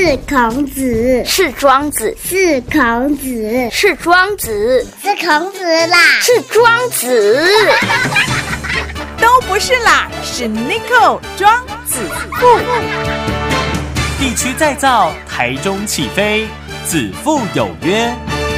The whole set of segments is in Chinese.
是孔子， 是庄子， 是孔子， 是庄子， 是孔子啦， 是庄子， 都不是啦，是 Nico 庄子富。 地区再造，台中起飞，子父有约。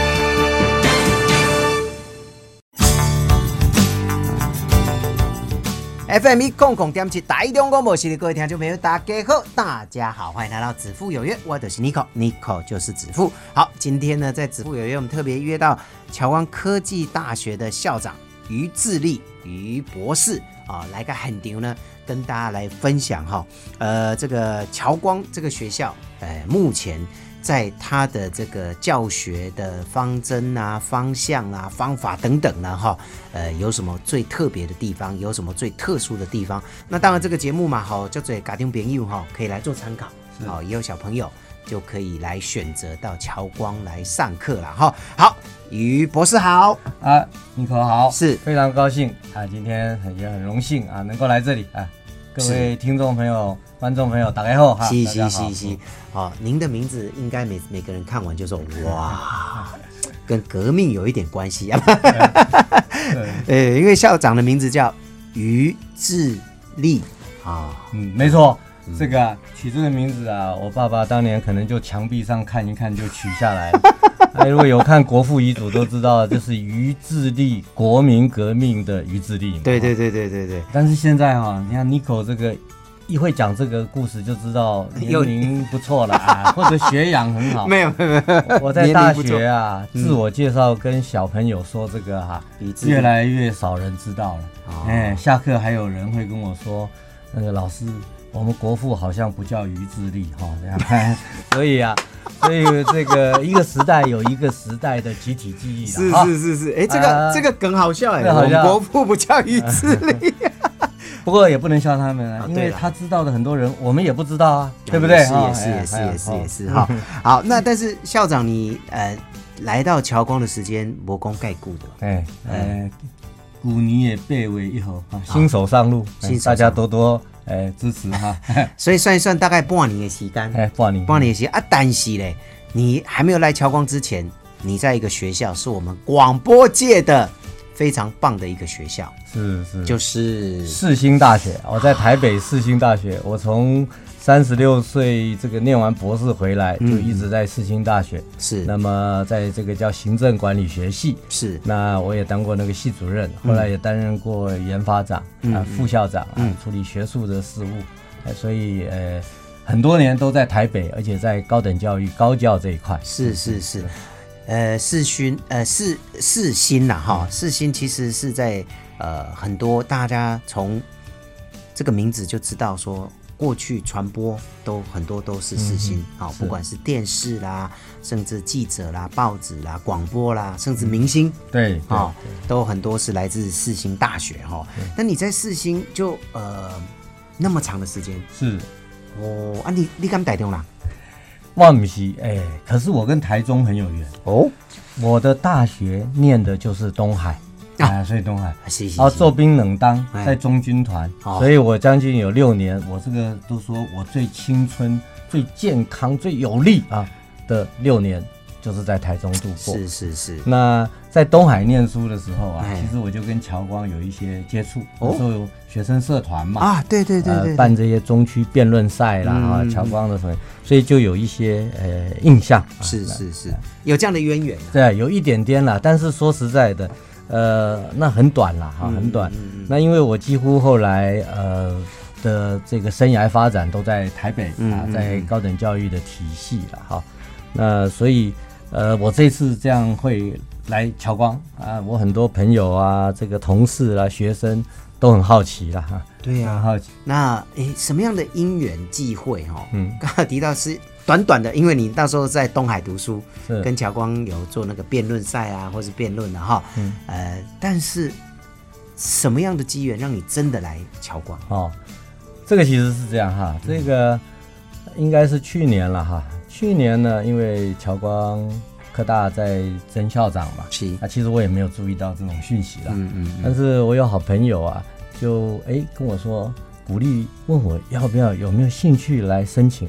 FM 100.7台中广播系的各位听众朋友，大家好，大家好，欢迎来到子父有约，我就是 Nico 就是子父。好，今天呢，在子父有约，我们特别约到侨光科技大学的校长于致立于博士啊，来个现场呢，跟大家来分享哈，这个侨光这个学校，目前在他的这个教学的方针啊、方向啊、方法等等呢，哈，有什么最特别的地方？有什么最特殊的地方？那当然，这个节目嘛，哈，叫做家庭朋友哈，可以来做参考，好，也有小朋友就可以来选择到侨光来上课了哈。好，于博士好啊，尼可好， 是非常高兴啊，今天也很荣幸啊，能够来这里啊，各位听众朋友、观众朋友，大家好哈， 是，好，您的名字应该每个人看完就说哇，跟革命有一点关系啊，因为校长的名字叫于致立啊， 没错。这个取这个名字啊，我爸爸当年可能就墙壁上看一看就取下来了。如果有看国父遗嘱都知道，就是于致立，国民革命的于致立。 对。 但是现在哈，你看 Nico 这个一会讲这个故事就知道年龄不错了啊，或者学养很好。 没有。 我在大学啊，自我介绍跟小朋友说这个哈，越来越少人知道了。下课还有人会跟我说，那个老师。我们国父好像不叫于致立哈，这样，所以这个一个时代有一个时代的集体记忆是，这个梗好笑我们国父不叫于致立， 不过也不能笑他们啊，因为他知道的很多人我们也不知道啊，对不对？ 也是哈。好，那但是校长你来到侨光的时间没讲概顾的， 古年也8月1号啊，新手上路，大家多支持哈。 所以算一算大概半年的时间，半年的时间啊。但是呢，你还没有来侨光之前，你在一个学校是我们广播界的非常棒的一个学校， 是， 就是世新大学。我在台北世新大学，我从36岁这个念完博士回来，就一直在世新大学。 是， 那么在这个叫行政管理学系， 是。 那我也当过那个系主任，后来也担任过研发长副校长处理学术的事务，所以很多年都在台北，而且在高等教育高教这一块。 是。世新啦哈，世新其实是在很多大家从这个名字就知道说。过去传播都很多都是世新，不管是电视啦，甚至记者啦、报纸啦、广播啦，甚至明星， 对， 都很多是来自世新大学哈。那你在世新就那么长的时间， 是你敢台中啦？ 我不是可是我跟台中很有缘哦。我的大学念的就是东海。所以东海，做兵冷当，在中军团，所以我将近有6年，我这个都说我最青春、最健康、最有力的6年，就是在台中度过。 是。 那在东海念书的时候其实我就跟侨光有一些接触，那时候有学生社团嘛， 对， 办这些中区辩论赛啦，侨光的什么，所以就有一些印象。 是，有这样的渊源。 对，有一点点啦，但是说实在的。那很短啦，很短。那因为我几乎后来的这个生涯发展都在台北在高等教育的体系了哈。那所以我这次这样会来侨光我很多朋友这个同事啦、学生都很好奇啦哈。 对呀， 好奇。 那什么样的因缘际会刚才提到是。短短的，因为你那时候在东海读书，跟侨光有做那个辩论赛或是辩论哈，但是什么样的机缘让你真的来侨光？ 这个其实是这样哈，这个应该是去年了哈。去年呢，因为侨光科大在征校长嘛，其实我也没有注意到这种讯息啦，但是我有好朋友就跟我说，鼓励问我有没有兴趣来申请。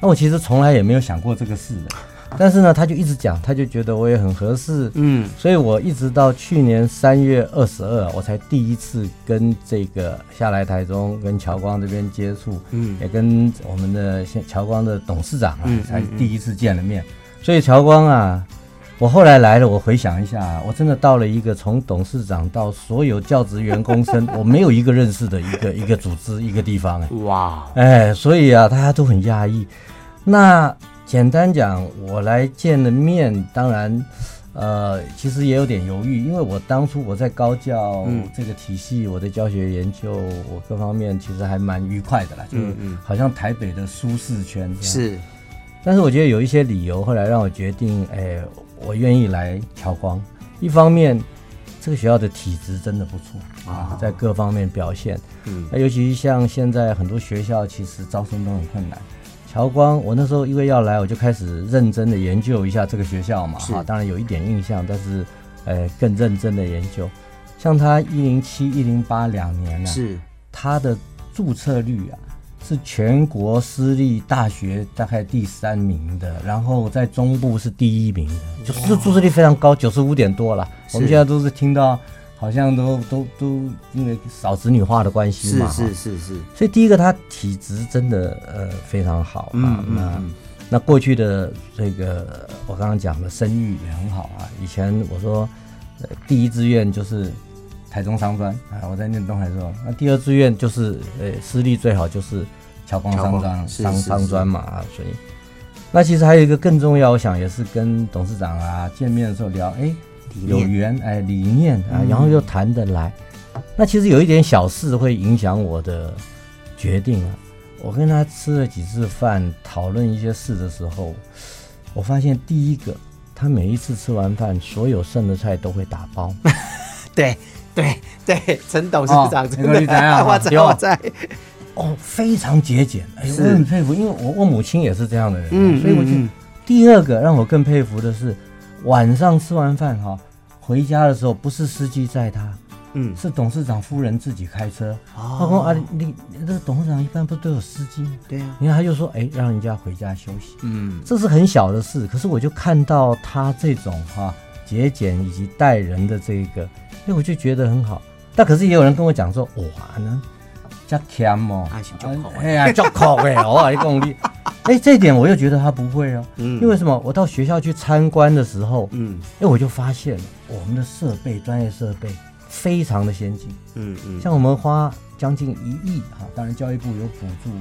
那我其实从来也没有想过这个事的，但是呢，他就一直讲，他就觉得我也很合适，所以我一直到去年3月22，我才第一次跟这个下来台中跟侨光这边接触，也跟我们的侨光的董事长啊，才第一次见了面。所以侨光啊，我后来来了，我回想一下，我真的到了一个从董事长到所有教职员工生，我没有一个认识的一个组织一个地方， 哇， 所以啊，大家都很讶异。那简单讲，我来见了面，当然，其实也有点犹豫，因为我当初我在高教这个体系，我的教学研究，我各方面其实还蛮愉快的啦，就好像台北的舒适圈这样。是，但是我觉得有一些理由，后来让我决定，我愿意来侨光。一方面，这个学校的体质真的不错啊，在各方面表现，尤其像现在很多学校其实招生都很困难。侨光，我那时候因为要来，我就开始认真的研究一下这个学校嘛，当然有一点印象，但是更认真的研究。像他107、108两年啊，是他的注册率啊，是全国私立大学大概第3名的，然后在中部是第1名的，就是注册率非常高，95点多了。我们现在都是听到。好像都因为少子女化的关系嘛，是，所以第一个他体质真的非常好啊，那过去的这个我刚刚讲的声誉也很好啊。以前我说第一志愿就是台中商专啊，我在念东海的时候，那第2志愿就是私立最好就是侨光商专嘛啊，所以那其实还有一个更重要，我想也是跟董事长啊见面的时候聊，有缘理念啊，然后又谈得来。那其实有一点小事会影响我的决定啊。我跟他吃了几次饭，讨论一些事的时候，我发现第一个，他每一次吃完饭，所有剩的菜都会打包。 对，陈董事长真的，我在非常节俭。我很佩服，因为我母亲也是这样的人，所以我就第二个让我更佩服的是。晚上吃完饭回家的时候不是司机载他，是董事长夫人自己开车。他说你这个董事长一般不都有司机吗？对啊，你看他就说让人家回家休息。这是很小的事，可是我就看到他这种节俭以及待人的这个，我就觉得很好。但可是也有人跟我讲说，哇，那这俭哦，足酷的，我跟你讲你。这一点我又觉得他不会哦，因为什么？我到学校去参观的时候，我就发现了我们的设备，专业设备非常的先进，像我们花将近1亿当然教育部有补助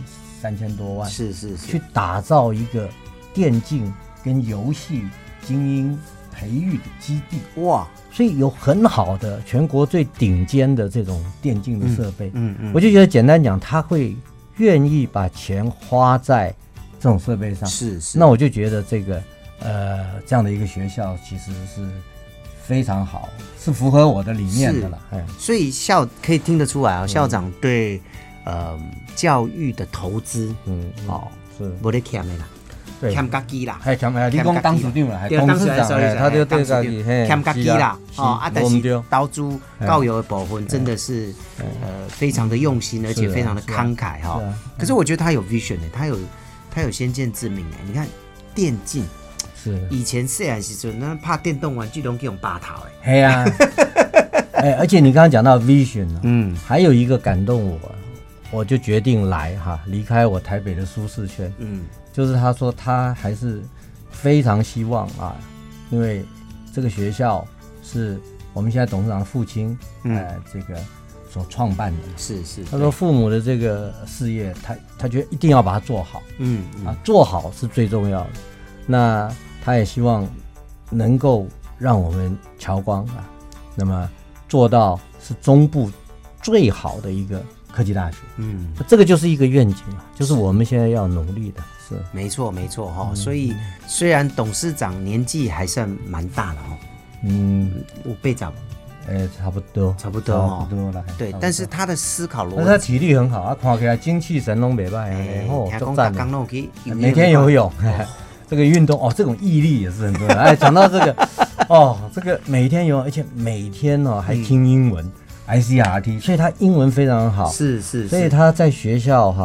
3000多万，是，去打造一个电竞跟游戏精英培育的基地，哇！所以有很好的全国最顶尖的这种电竞的设备，我就觉得简单讲，他会。愿意把钱花在这种设备上，是，那我就觉得这个这样的一个学校其实是非常好，是符合我的理念的了。 所以可以听得出来校长对教育的投资，是没得欠的啦，欠家己啦， 欠你讲当处长啦，董事长他就对家己欠家己啦，但是投资教育的部分真的是非常的用心，而且非常的慷慨哈。可是我觉得他有 vision 他有先见之明你看电竞是以前细汉时阵那拍电动玩具都用8头嘿啊，而且你刚刚讲到 vision 还有一个感动我就决定来离开我台北的舒适圈，就是他说他还是非常希望因为这个学校是我们现在董事长的父亲这个所创办的，是，他说父母的这个事业他觉得一定要把它做好，做好是最重要的。那他也希望能够让我们侨光那么做到是中部最好的一个科技大学，这个就是一个愿景就是我们现在要努力的，是没错所以虽然董事长年纪还算蛮大了5倍长， 差不多了， 对，但是他的思考逻辑， 他体力很好看起来精气神都没败，每天游泳，这个运动这种毅力也是很重要。讲到这个这个每天游泳，而且每天还听英文。ICRT， 所以他英文非常好，是，所以他在学校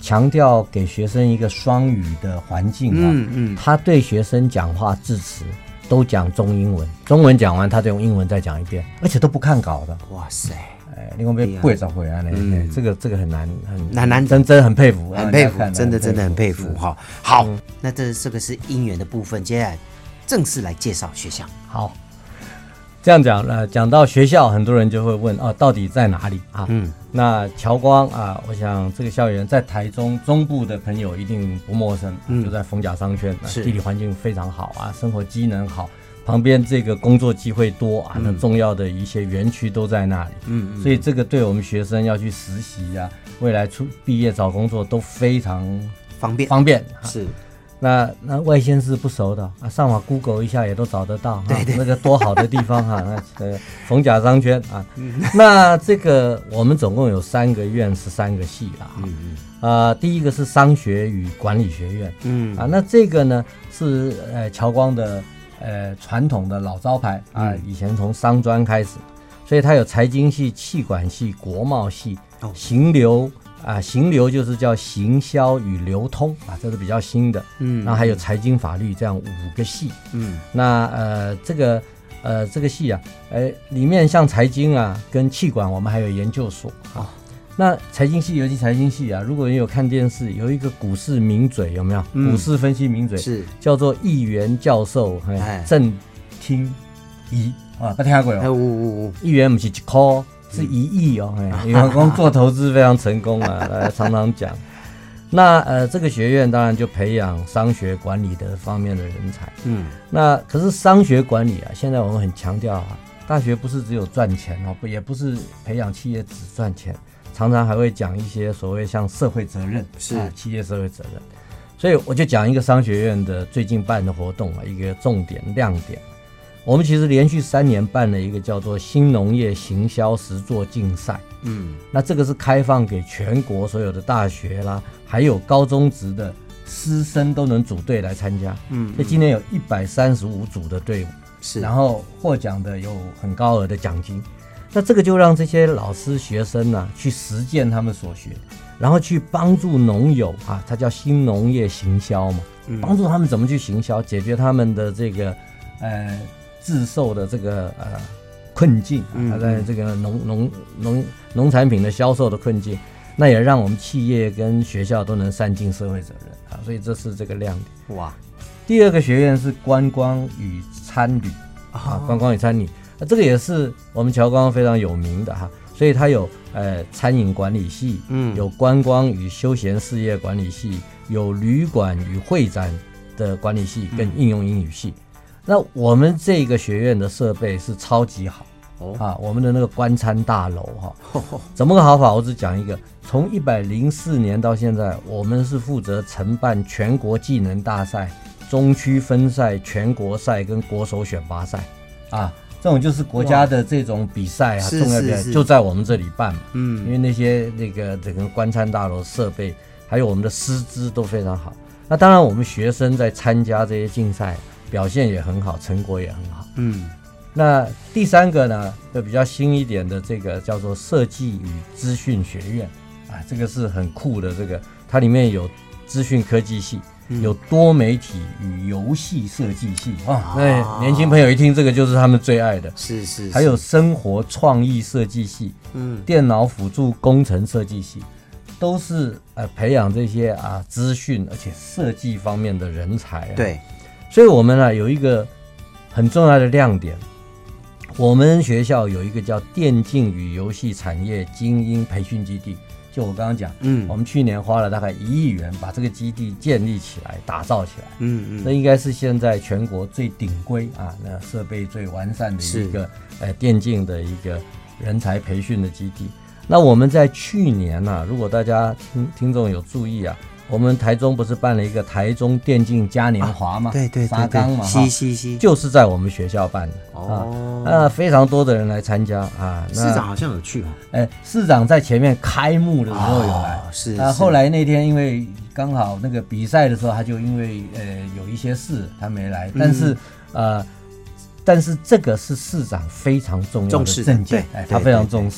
强调给学生一个双语的环境啊，他对学生讲话致辞都讲中英文，中文讲完他再用英文再讲一遍，而且都不看稿的。 哇塞！ 另外被跪着回来呢，这个很难， 难， 真很佩服， 很佩服，真的很佩服哈。好，那这个是因缘的部分，接下来正式来介绍学校。 好，这样讲讲到学校，很多人就会问到底在哪里啊？那侨光啊，我想这个校园在台中中部的朋友一定不陌生，就在逢甲商圈，地理环境非常好啊，生活机能好。旁边这个工作机会多啊，那重要的一些园区都在那里，所以这个对我们学生要去实习啊，未来毕业找工作都非常方便。 是， 那外县市不熟的啊，上网 Google 一下也都找得到，对，那个多好的地方哈，那逢甲商圈啊，那这个我们总共有3个院13个系啦，第一个是商学与管理学院，那这个呢是侨光的。传统的老招牌啊，以前从商专开始，所以它有财经系、企管系、国贸系、行流就是叫行销与流通啊，这是比较新的。然后还有财经法律这样5个系。那这个系啊，里面像财经啊跟企管，我们还有研究所啊。那财经系，尤其财经系啊，如果你有看电视，有一个股市名嘴，有没有？股市分析名嘴是叫做议员教授郑听仪啊，不听过哦？议员不是1块，是1亿哦。因为光做投资非常成功啊，常常讲。那这个学院当然就培养商学管理的方面的人才。那可是商学管理啊，现在我们很强调啊，大学不是只有赚钱哦，也不是培养企业只赚钱。常常还会讲一些所谓像社会责任，是企业社会责任，所以我就讲一个商学院的最近办的活动啊，一个重点亮点。我们其实连续3年办了一个叫做新农业行销实作竞赛，那这个是开放给全国所有的大学啦，还有高中职的师生都能组队来参加，所以今年有135组的队伍，是，然后获奖的有很高额的奖金。那这个就让这些老师学生啊去实践他们所学，然后去帮助农友啊，它叫新农业行销嘛，帮助他们怎么去行销，解决他们的这个自受的这个困境，他在这个农产品的销售的困境，那也让我们企业跟学校都能善尽社会责任啊，所以这是这个亮点。哇，第2个学院是观光与餐旅啊，观光与餐旅。这个也是我们侨光非常有名的哈，所以它有餐饮管理系，有观光与休闲事业管理系，有旅馆与会展的管理系跟应用英语系。那我们这个学院的设备是超级好啊，我们的那个观餐大楼哈，怎么个好法？我只讲一个，从104年到现在，我们是负责承办全国技能大赛、中区分赛、全国赛跟国手选拔赛啊。这种就是国家的这种比赛啊，重要比赛就在我们这里办嘛。因为那些整个观餐大楼设备，还有我们的师资都非常好。那当然，我们学生在参加这些竞赛，表现也很好，成果也很好。那第3个呢，就比较新一点的，这个叫做设计与资讯学院啊，这个是很酷的。这个它里面有资讯科技系。有多媒体与游戏设计系啊，那年轻朋友一听这个就是他们最爱的，是，还有生活创意设计系，电脑辅助工程设计系，都是培养这些资讯而且设计方面的人才。对，所以我们有一个很重要的亮点，我们学校有一个叫电竞与游戏产业精英培训基地。就我刚刚讲，我们去年花了大概1亿元把这个基地建立起来、打造起来，那应该是现在全国最顶规啊，那设备最完善的一个电竞的一个人才培训的基地。那我们在去年如果大家听众有注意啊，我们台中不是办了一个台中电竞嘉年华嘛？对，沙冈嘛，就是在我们学校办的非常多的人来参加啊。 市长好像有去市长在前面开幕的时候有来，是。后来那天因为刚好那个比赛的时候，他就因为有一些事他没来，但是这个是市长非常重要的政见，他非常重视。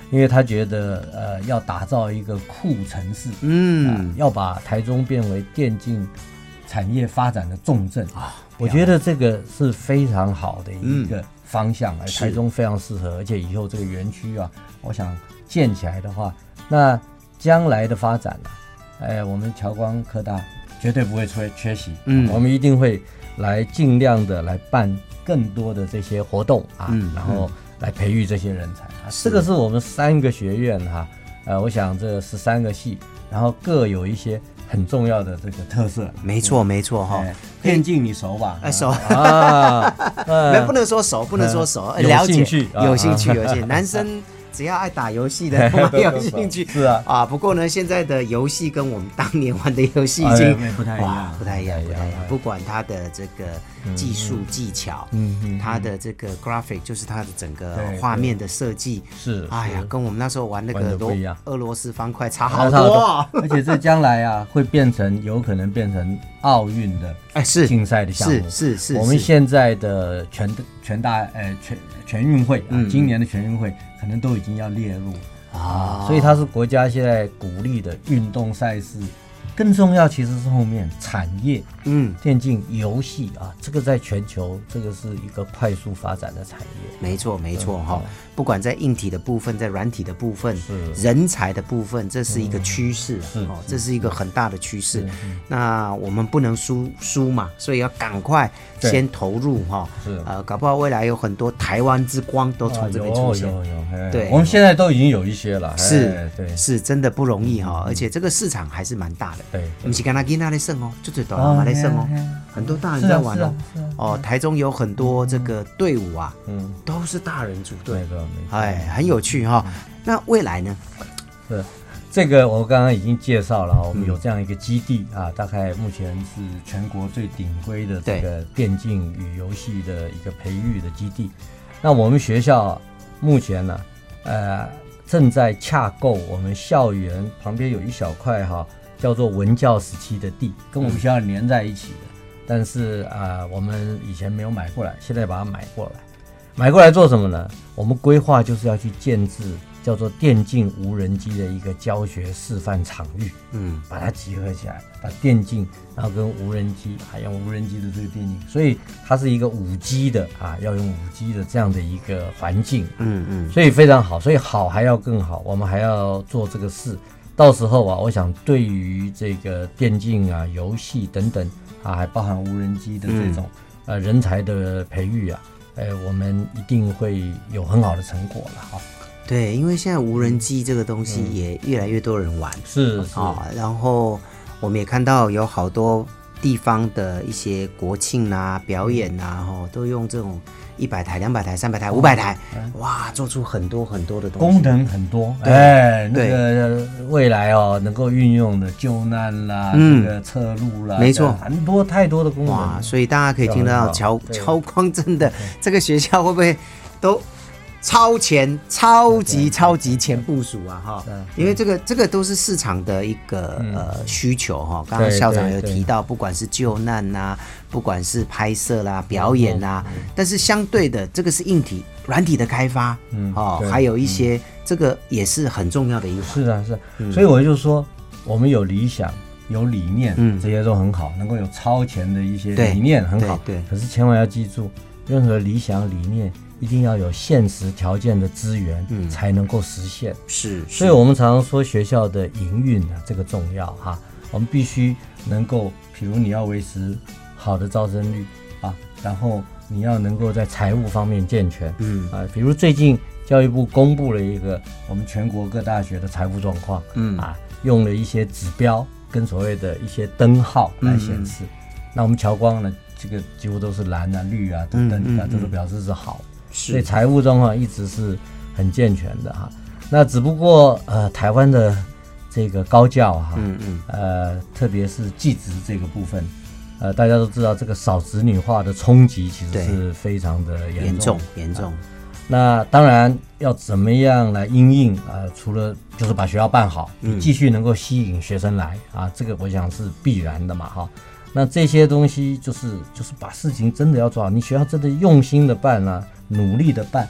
因为他觉得要打造一个酷城市，要把台中变为电竞产业发展的重镇我觉得这个是非常好的一个方向，台中非常适合，而且以后这个园区啊，我想建起来的话，那将来的发展我们侨光科大绝对不会缺席，我们一定会来尽量的来办更多的这些活动然后来培育这些人才这个是我们3个学院我想这13个系，然后各有一些很重要的这个特色。 没错没错哈， 电竞你熟吧？ 熟不能说熟，不能说熟，了解有兴趣男生只要爱打游戏的，蛮有兴趣。 是啊， 不过呢，现在的游戏跟我们当年玩的游戏已经不太一样。 不管它的这个技术技巧，它的这个 graphic 就是它的整个画面的设计， 是， 跟我们那时候玩那个俄罗斯方块差好多。而且这将来会有可能变成奥运的竞赛的项目。是。我们现在的全运会今年的全运会可能都已经要列入所以它是国家现在鼓励的运动赛事。更重要其实是后面产业，电竞游戏这个在全球这个是一个快速发展的产业。没错不管在硬体的部分，在软体的部分，人才的部分，这是一个趋势这是一个很大的趋势。那我们不能输嘛，所以要赶快先投入搞不好未来有很多台湾之光都从这边出现。 对，我们现在都已经有一些了。 是真的不容易而且这个市场还是蛮大的。 对， 不是跟他囡仔在胜就最大人在胜很多大人在玩台中有很多这个队伍都是大人组队，很有趣那未来呢？ 这个我刚刚已经介绍了我们有这样一个基地大概目前是全国最顶规的这个电竞与游戏的一个培育的基地。那我们学校目前呢正在洽购我们校园旁边有一小块叫做文教时期的地，跟我们学校连在一起的。但是我们以前没有买过来，现在把它买过来做什么呢？我们规划就是要去建制叫做电竞无人机的一个教学示范场域，把它集合起来，把电竞然后跟无人机还用无人机的这个电竞，所以它是一个5G 的要用5G 的这样的一个环境，所以非常好，所以好还要更好，我们还要做这个事。到时候我想对于这个电竞游戏等等还包含无人机的这种人才的培育我们一定会有很好的成果了对，因为现在无人机这个东西也越来越多人玩， 是然后我们也看到有好多地方的一些国庆表演都用这种100台、200台、300台、500台，做出很多很多的东西， 功能很多。那个未来能够运用的救难啦，这个测路啦， 没错， 很多太多的功能。 所以大家可以听到侨光真的这个学校会不会都超级前部署因为这个都是市场的一个需求刚刚校长有提到，不管是救难不管是拍摄啦、表演但是相对的这个是硬体、软体的开发还有一些这个也是很重要的一环。 是所以我就说我们有理想有理念这些都很好，能够有超前的一些理念很好，可是千万要记住，任何理想理念一定要有现实条件的资源才能够实现。所以我们常常说学校的营运这个重要我们必须能够，比如你要维持好的招生率然后你要能够在财务方面健全比如最近教育部公布了一个我们全国各大学的财务状况用了一些指标跟所谓的一些灯号来显示那我们侨光呢这个几乎都是蓝绿等等这个表示是好，所以财务状况一直是很健全的那只不过台湾的这个高教特别是技职这个部分大家都知道这个少子女化的冲击其实是非常的严重。那当然要怎么样来因应除了就是把学校办好继续能够吸引学生来这个我想是必然的嘛那这些东西就是把事情真的要做好，你学校真的用心的办努力的办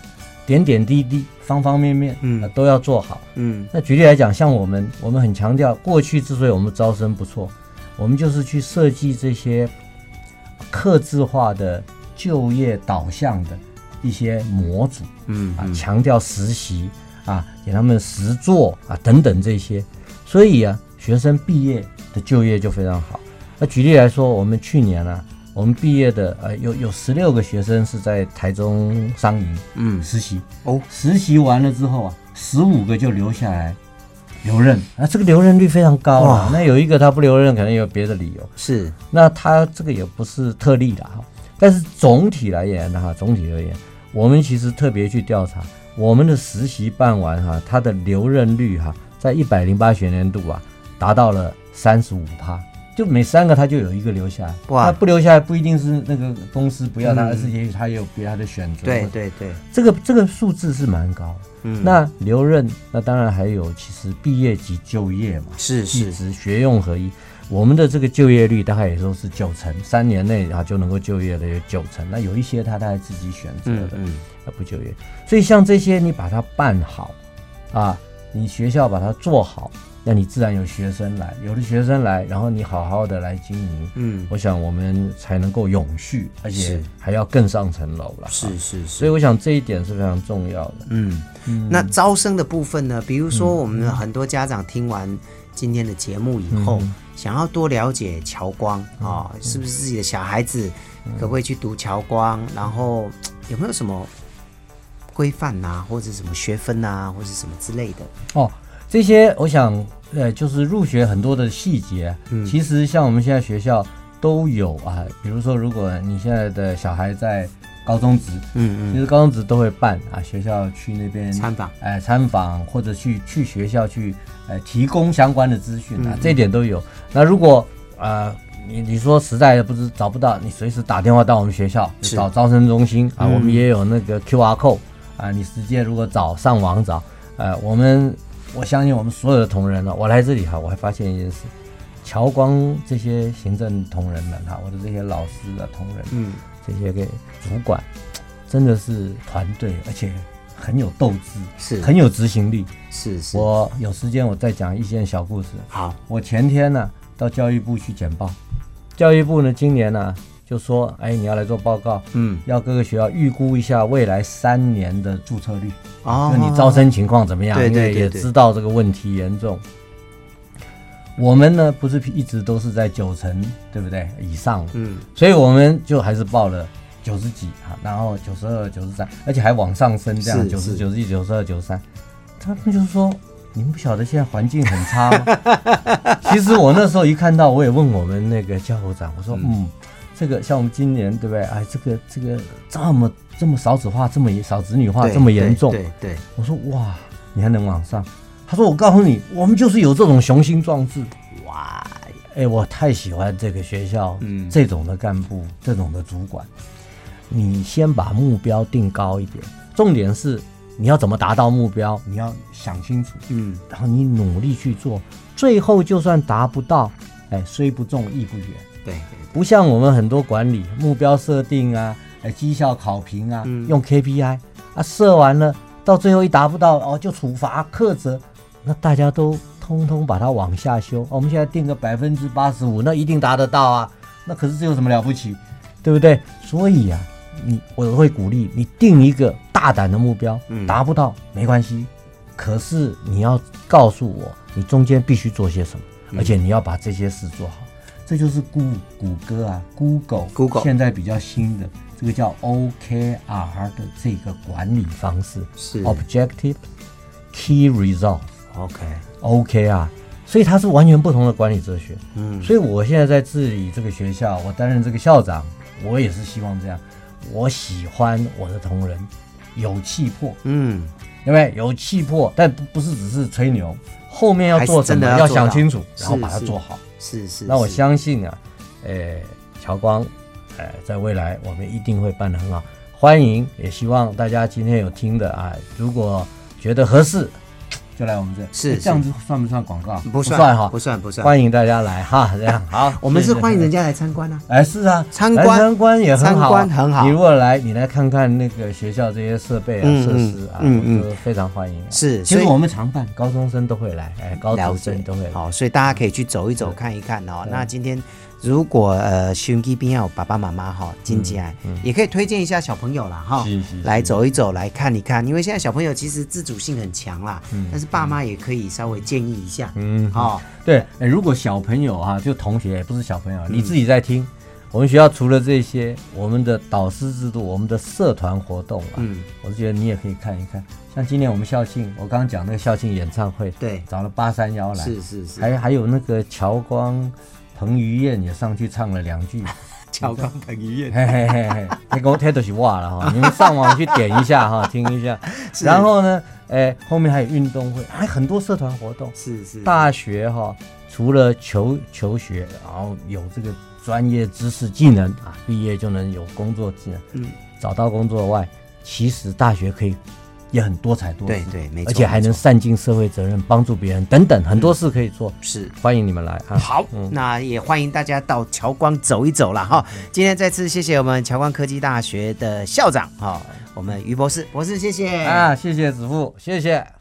点点滴滴、方方面面，都要做好。那举例来讲，像我们很强调，过去之所以我们招生不错，我们就是去设计这些客制化的就业导向的一些模组，强调实习给他们实作等等这些，所以学生毕业的就业就非常好。那举例来说，我们去年我们毕业的有16个学生是在台中商银实习，实习完了之后15个就留下来留任，这个留任率非常高那有一个他不留任，可能有别的理由， 是， 那他这个也不是特例啦但是总体而言，我们其实特别去调查，我们的实习办完他的留任率在108学年度达到了35%。就每3个他就有1个留下来，他不留下来不一定是那个公司不要他，而是也许他有别的选择。 对， 这个数字是蛮高的。那留任，那当然还有其实毕业及就业嘛， 是技职学用合一。我们的这个就业率大概也都是90%，3年内就能够就业的有90%。那有一些他还自己选择的，不就业。所以像这些你把它办好你学校把它做好。那你自然有学生来，有的学生来，然后你好好的来经营，我想我们才能够永续，而且还要更上层楼了。是，所以我想这一点是非常重要的。 那招生的部分呢？比如说我们很多家长听完今天的节目以后，想要多了解侨光是不是自己的小孩子可不可以去读侨光？然后有没有什么规范或者什么学分或者什么之类的？ 这些我想就是入学很多的细节，其实像我们现在学校都有比如说如果你现在的小孩在高中职，其实高中职都会办学校去那边参访或者去学校去提供相关的资讯这一点都有。那如果你说实在不是找不到，你随时打电话到我们学校找招生中心我们也有那个 QR code 你直接如果上网找我相信我们所有的同仁我来这里我还发现一件事，侨光这些行政同仁们我的这些老师同仁，这些个主管，真的是团队，而且很有斗志，很有执行力。是。我有时间我再讲一件小故事。好，我前天到教育部去简报，教育部今年就说，你要来做报告，要各个学校预估一下未来3年的注册率，就你招生情况怎么样？因为也知道这个问题严重。我们不是一直都是在90%，对不对？以上，所以我们就还是报了90几然后92、93，而且还往上升，这样90、91、92、93。他们就是说，你们不晓得现在环境很差吗？其实我那时候一看到，我也问我们那个教务长，我说，这个像我们今年对不对？这个这么少子化，这么少子女化，这么严重。对，我说哇，你还能往上？他说我告诉你，我们就是有这种雄心壮志。哇，我太喜欢这个学校，这种的干部，这种的主管。你先把目标定高一点，重点是你要怎么达到目标，你要想清楚。然后你努力去做，最后就算达不到，虽不中，亦不远。对，不像我们很多管理目标设定绩效考评用 KPI 设完了，到最后一达不到就处罚苛责，那大家都通通把它往下修。我们现在定个85%，那一定达得到那可是这有什么了不起，对不对？所以我会鼓励你定一个大胆的目标，达不到没关系，可是你要告诉我你中间必须做些什么，而且你要把这些事做好。这就是谷歌Google 现在比较新的这个叫 OKR 的这个管理方式，是 Objective Key Result OKR， 所以它是完全不同的管理哲学。所以我现在在治理这个学校，我担任这个校长，我也是希望这样。我喜欢我的同仁有气魄，对不对？有气魄，但不是只是吹牛，后面要做什么要想清楚，然后把它做好。是。那我相信侨光，在未来我们一定会办得很好。欢迎，也希望大家今天有听的如果觉得合适， 就来我们这。 是这样子算不算广告？ 不算哈， 不算。 欢迎大家来哈，这样好。 我们是欢迎人家来参观啊。 哎，是啊， 参观也很好， 参观很好。 你如果来，你来看看那个学校这些设备啊、设施啊，我都非常欢迎。 是， 其实我们常办，高中生都会来，高职生都会来。 好，所以大家可以去走一走、看一看哦。那今天如果收音机边有爸爸妈妈哈，进进来也可以推荐一下小朋友啦哈，来走一走，来看一看。因为现在小朋友其实自主性很强啦，但是爸妈也可以稍微建议一下。 对，如果小朋友啊，就同学也不是小朋友，你自己在听。我们学校除了这些，我们的导师制度，我们的社团活动啊，我觉得你也可以看一看。像今年我们校庆，我刚刚讲那个校庆演唱会，对，找了831来，是，还有那个乔光、彭于晏也上去唱了2句。 乔光、彭于晏， 那个天都是哇了哈，你们上网去点一下哈，听一下。然后呢，后面还有运动会，还很多社团活动。是，大学哈，除了求学，然后有这个专业知识技能啊，毕业就能有工作技能，找到工作外，其实大学可以也很多彩多姿，对，没错，而且还能善尽社会责任，帮助别人等等，很多事可以做。是，欢迎你们来啊！ 好，那也欢迎大家到侨光走一走啦哈。今天再次谢谢我们侨光科技大学的校长哈，我们于博士，谢谢啊，谢谢子父，谢谢。